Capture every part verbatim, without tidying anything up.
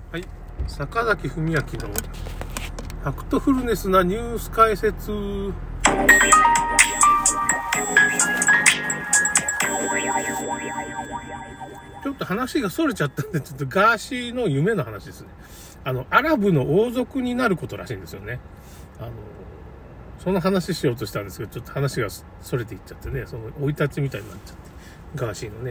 はい、坂崎文明のファクトフルネスなニュース解説。ちょっと話が逸れちゃったんで、ちょっとガーシーの夢の話ですね。あの、アラブの王族になることらしいんですよね。あの、その話しようとしたんですけど、ちょっと話が逸れていっちゃってね、その生い立ちみたいになっちゃって、ガーシーのね。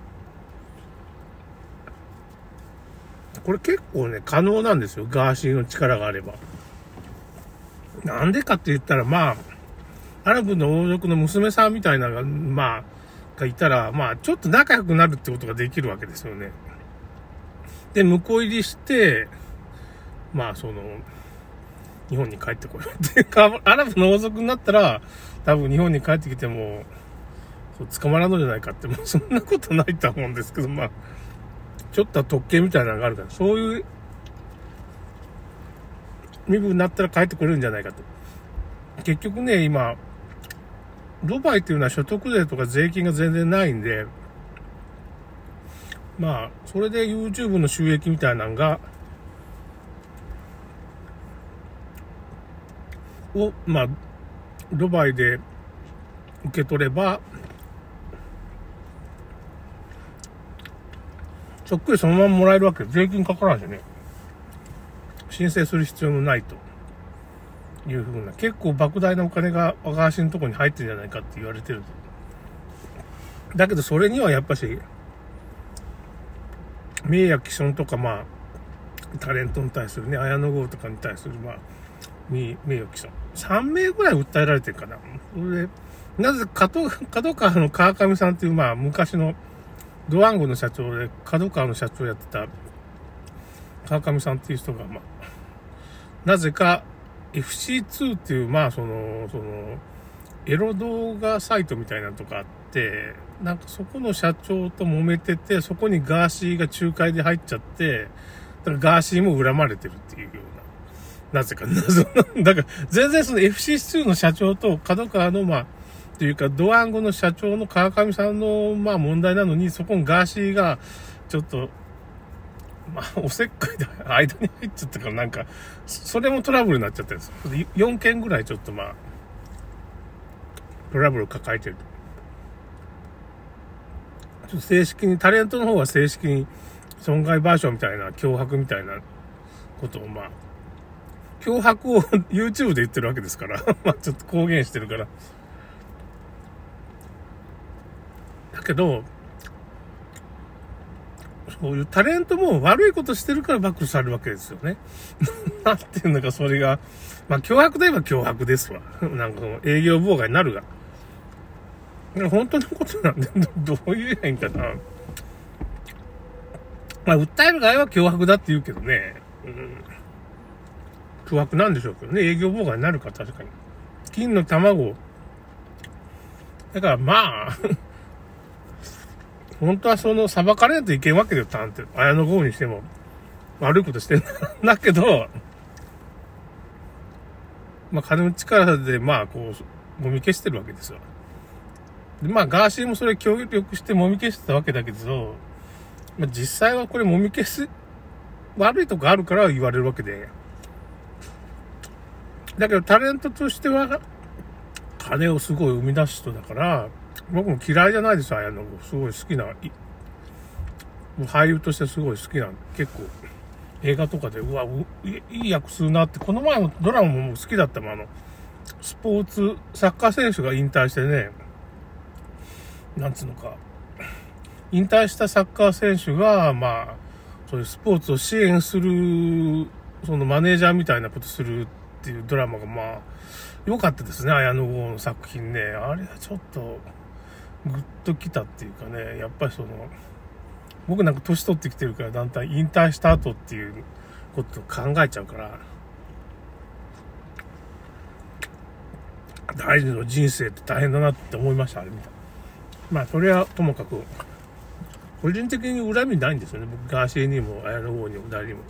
これ結構ね、可能なんですよ。ガーシーの力があれば。なんでかって言ったら、まあ、アラブの王族の娘さんみたいなのが、まあ、がいたら、まあ、ちょっと仲良くなるってことができるわけですよね。で、向こう入りして、まあ、その、日本に帰ってこようっていうか、アラブの王族になったら、多分日本に帰ってきても、そう捕まらんのじゃないかって、もうそんなことないと思うんですけど、まあ、ちょっとは特権みたいなのがあるから、そういう身分になったら帰ってこれるんじゃないかと。結局ね、今、ドバイっていうのは所得税とか税金が全然ないんで、まあ、それで YouTube の収益みたいなのが、を、まあ、ドバイで受け取れば、そっくりそのままもらえるわけで、税金かからんしね。申請する必要もないというふうな、結構莫大なお金がガーシーのところに入ってるんじゃないかって言われてる。だけどそれにはやっぱし、名誉毀損とか、まあ、タレントに対するね、綾野剛とかに対する、まあ、名誉毀損。さんめいぐらい訴えられてるかな。それで、なぜ角、角川の川上さんっていう、まあ、昔のドワンゴの社長で、角川の社長やってた川上さんっていう人が、まあ、なぜか エフシーツー っていう、まあ、その、その、エロ動画サイトみたいなのとかあって、なんかそこの社長と揉めてて、そこにガーシーが仲介で入っちゃって、だからガーシーも恨まれてるっていうような、なぜか謎の、だから全然その エフシーツー の社長と角川の、まあ、というか、ドワンゴの社長の川上さんの、まあ問題なのに、そこにガーシーが、ちょっと、まあ、おせっかいで間に入っちゃったから、なんか、それもトラブルになっちゃってるんですよ。よんけんぐらいちょっとまあ、トラブルを抱えてると。ちょっと正式に、タレントの方は正式に損害賠償みたいな、脅迫みたいなことを、まあ、脅迫を YouTube で言ってるわけですから、まあちょっと公言してるから。だけど、そういうタレントも悪いことしてるから暴露されるわけですよね。なんていうのか、それが、まあ脅迫といえば脅迫ですわ。なんかその営業妨害になるが。本当のことなんで、どう言えばいいんかな。まあ、訴える側は脅迫だって言うけどね。うん、脅迫なんでしょうけどね。営業妨害になるか、確かに。金の卵。だからまあ、本当はその、裁かれないといけんわけだよ、たんって。綾野剛にしても。悪いことしてんだけど、まあ、金の力で、まあ、こう、もみ消してるわけですよ。で、まあ、ガーシーもそれ協力してもみ消してたわけだけど、まあ、実際はこれもみ消す、悪いとこあるから言われるわけで。だけど、タレントとしては、金をすごい生み出す人だから、僕も嫌いじゃないですよ、綾野剛。すごい好きな、俳優としてすごい好きな、結構、映画とかで、うわ、いい役するなって、この前のドラマも好きだったもん、あの、スポーツ、サッカー選手が引退してね、なんつうのか、引退したサッカー選手が、まあ、そういうスポーツを支援する、そのマネージャーみたいなことするっていうドラマが、まあ、良かったですね、綾野剛の作品ね。あれはちょっと、グッときたっていうかね、やっぱりその、僕なんか年取ってきてるから、だんだん引退した後っていうことを考えちゃうから、大事の人生って大変だなって思いました、あれ見た。まあ、それはともかく、個人的に恨みないんですよね。僕、ガーシーにも、綾野剛にも、誰にも。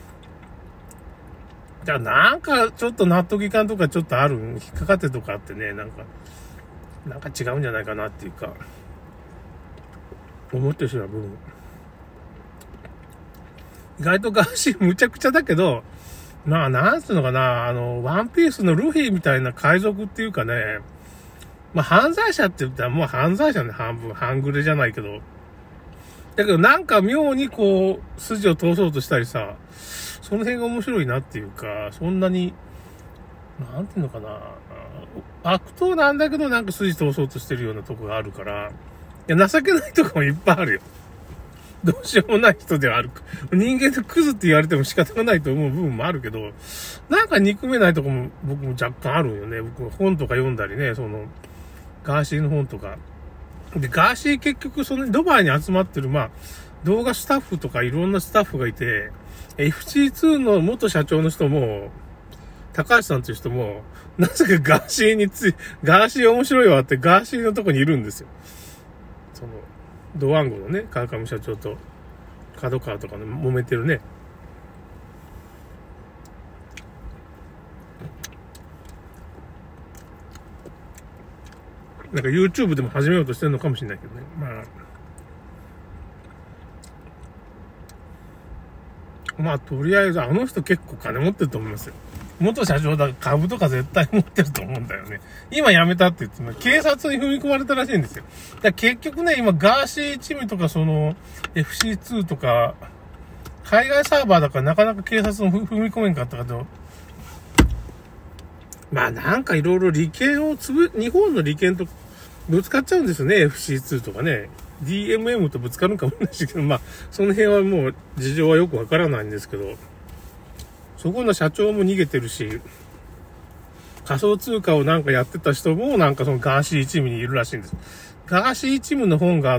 じゃあ、なんか、ちょっと納得いかんとかちょっとある、引っかかってとかあってね、なんか、なんか違うんじゃないかなっていうか、思ってしまう部分。 意外とガーシーむちゃくちゃだけど、まあ、なんつうのかな、あの、ワンピースのルフィみたいな海賊っていうかね、まあ、犯罪者って言ったらもう犯罪者ね、半分、半グレじゃないけど。だけどなんか妙にこう、筋を通そうとしたりさ、その辺が面白いなっていうか、そんなに、なんていうのかな、悪党なんだけどなんか筋通そうとしてるようなとこがあるから、いや、情けないとこもいっぱいあるよ。どうしようもない人ではある。人間でクズって言われても仕方がないと思う部分もあるけど、なんか憎めないとこも僕も若干あるよね。僕も本とか読んだりね、その、ガーシーの本とか。で、ガーシー結局そのドバイに集まってる、まあ、動画スタッフとかいろんなスタッフがいて、エフシーツー の元社長の人も、高橋さんという人も、なぜかガーシーについ、ガーシー面白いわってガーシーのとこにいるんですよ。その、ドワンゴのね、川上社長と、角川とかの揉めてるね。なんか YouTube でも始めようとしてるのかもしれないけどね。まあ。まあ、とりあえず、あの人結構金持ってると思いますよ。元社長だから株とか絶対持ってると思うんだよね。今辞めたって言っても、警察に踏み込まれたらしいんですよ。だから結局ね、今ガーシー一味とかその エフシーツー とか、海外サーバーだからなかなか警察も踏み込めんかったけど、まあなんかいろいろ利権をつぶ、日本の利権とぶつかっちゃうんですよね、エフシーツー とかね。ディーエムエム とぶつかるかもしれないけど、まあ、その辺はもう事情はよくわからないんですけど、そこの社長も逃げてるし、仮想通貨をなんかやってた人もなんかそのガーシー一味にいるらしいんです。ガーシー一味の本があって、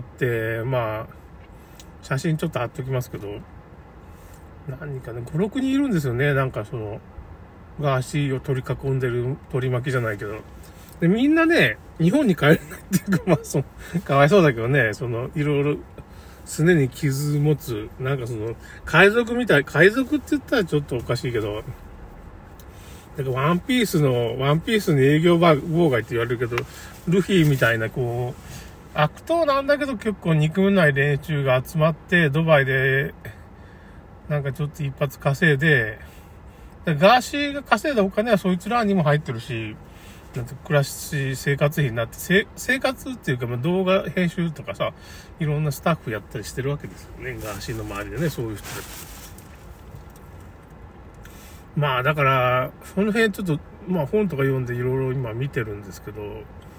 まあ、写真ちょっと貼っときますけど、何かね、ご、ろくにんいるんですよね。なんかその、ガーシーを取り囲んでる取り巻きじゃないけど。で、みんなね、日本に帰れないっていうか、まあ、その、かわいそうだけどね、その、いろいろ、すねに傷持つ、なんかその、海賊みたい、海賊って言ったらちょっとおかしいけど、なんかワンピースの、ワンピースに営業妨害って言われるけど、ルフィみたいな、こう、悪党なんだけど結構憎めない連中が集まって、ドバイで、なんかちょっと一発稼いで、ガーシーが稼いだお金はそいつらにも入ってるし、なんて暮らし、生活費になって、生活っていうか、まあ、動画編集とかさ、いろんなスタッフやったりしてるわけですよね。ガーシーの周りでね、そういう人たち。まあ、だから、その辺ちょっと、まあ本とか読んでいろいろ今見てるんですけど、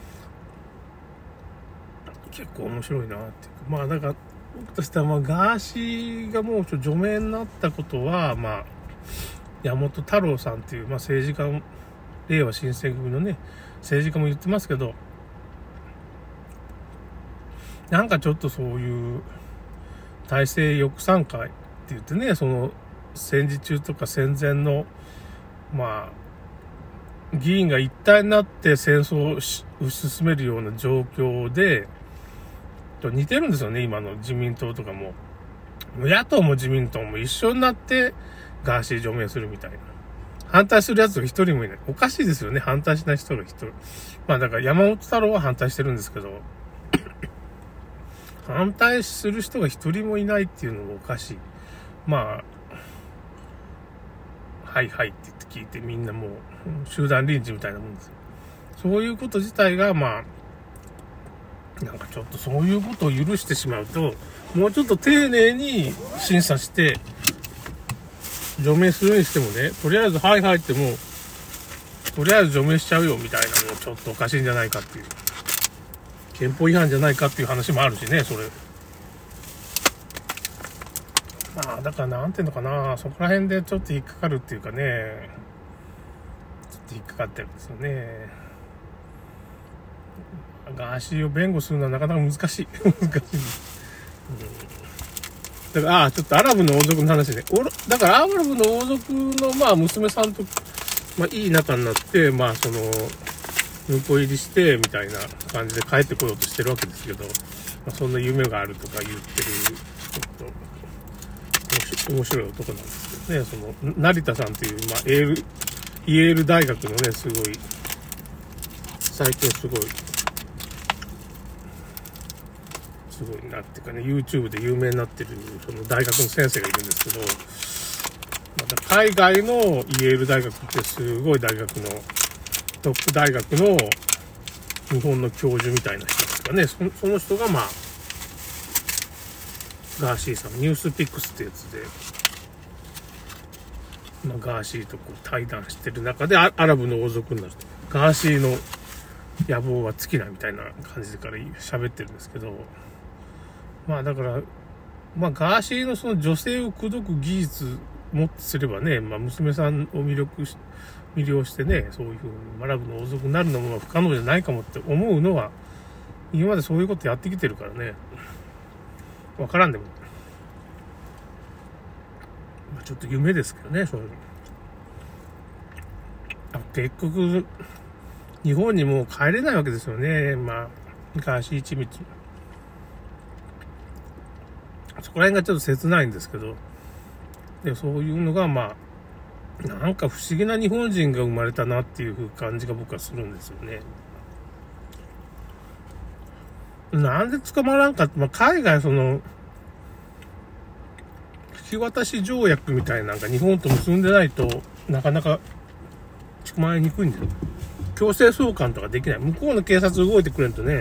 結構面白いなっていうか、まあだから、僕としてはまあガーシーがもうちょっと除名になったことは、まあ、山本太郎さんっていう、まあ政治家、令和新選組のね、政治家も言ってますけど、なんかちょっとそういう体制抑散会って言ってね、その戦時中とか戦前の、まあ、議員が一体になって戦争を進めるような状況で、似てるんですよね、今の自民党とかも。野党も自民党も一緒になってガーシー除名するみたいな。反対する奴が一人もいない。おかしいですよね、反対しない人が一人。まあだから山本太郎は反対してるんですけど、反対する人が一人もいないっていうのもおかしい。まあ、はいはいって言って聞いてみんなもう集団リンチみたいなもんですよ。そういうこと自体がまあ、なんかちょっとそういうことを許してしまうと、もうちょっと丁寧に審査して、除名するにしてもね、とりあえずはいはいってもう、とりあえず除名しちゃうよみたいなのもちょっとおかしいんじゃないかっていう。憲法違反じゃないかっていう話もあるしね、それ。まあ、だからなんていうのかな、そこら辺でちょっと引っかかるっていうかね、ちょっと引っかかってるんですよね。ガーシーを弁護するのはなかなか難しい。難しい。うんだから、ああ、ちょっとアラブの王族の話ね。おだから、アラブの王族の、まあ、娘さんと、まあ、いい仲になって、まあ、その、婿入りして、みたいな感じで帰ってこようとしてるわけですけど、まあ、そんな夢があるとか言ってる、ちょっと、面白い男なんですけどね。その、成田さんっていう、まあ、エール、イエール大学のね、すごい、最近すごい、 すごいなっていうかね、YouTube で有名になってるその大学の先生がいるんですけど、また海外のイェール大学ってすごい大学のトップ大学の日本の教授みたいな人ですかね。そ, その人がまあガーシーさんニュースピックスってやつで、まあ、ガーシーとこう対談してる中でアラブの王族になるとガーシーの野望は尽きないみたいな感じでから喋ってるんですけど、まあだからまあガーシーのその女性を口説く技術もってすればね、まあ娘さんを魅力し魅了してね、そういうふうにアラブの王族になるのも不可能じゃないかもって思うのは、今までそういうことやってきてるからね、わからんでも、まあ、ちょっと夢ですけどね、そういうの。あ、結局日本にもう帰れないわけですよね。まあガーシー一味、そこら辺がちょっと切ないんですけど、でそういうのがまあなんか不思議な日本人が生まれたなっていう感じが僕はするんですよね。なんで捕まらんかって、まあ、海外その引き渡し条約みたいななんか日本と結んでないとなかなか捕まえにくいんだよ。強制送還とかできない。向こうの警察動いてくれるとね、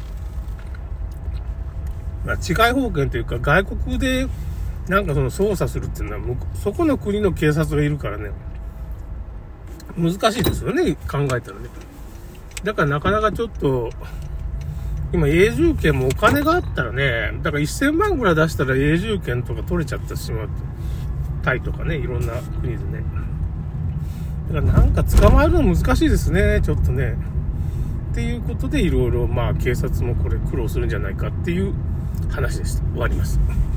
まあ、治外法権というか外国でなんかその捜査するっていうのはそこの国の警察がいるからね、難しいですよね、考えたらね。だからなかなかちょっと今永住権もお金があったらね、だからせんまんぐらい出したら永住権とか取れちゃってしまうと、タイとかね、いろんな国でね。だからなんか捕まえるの難しいですね、ちょっとね。っていうことでいろいろまあ警察もこれ苦労するんじゃないかっていう話でした。終わります。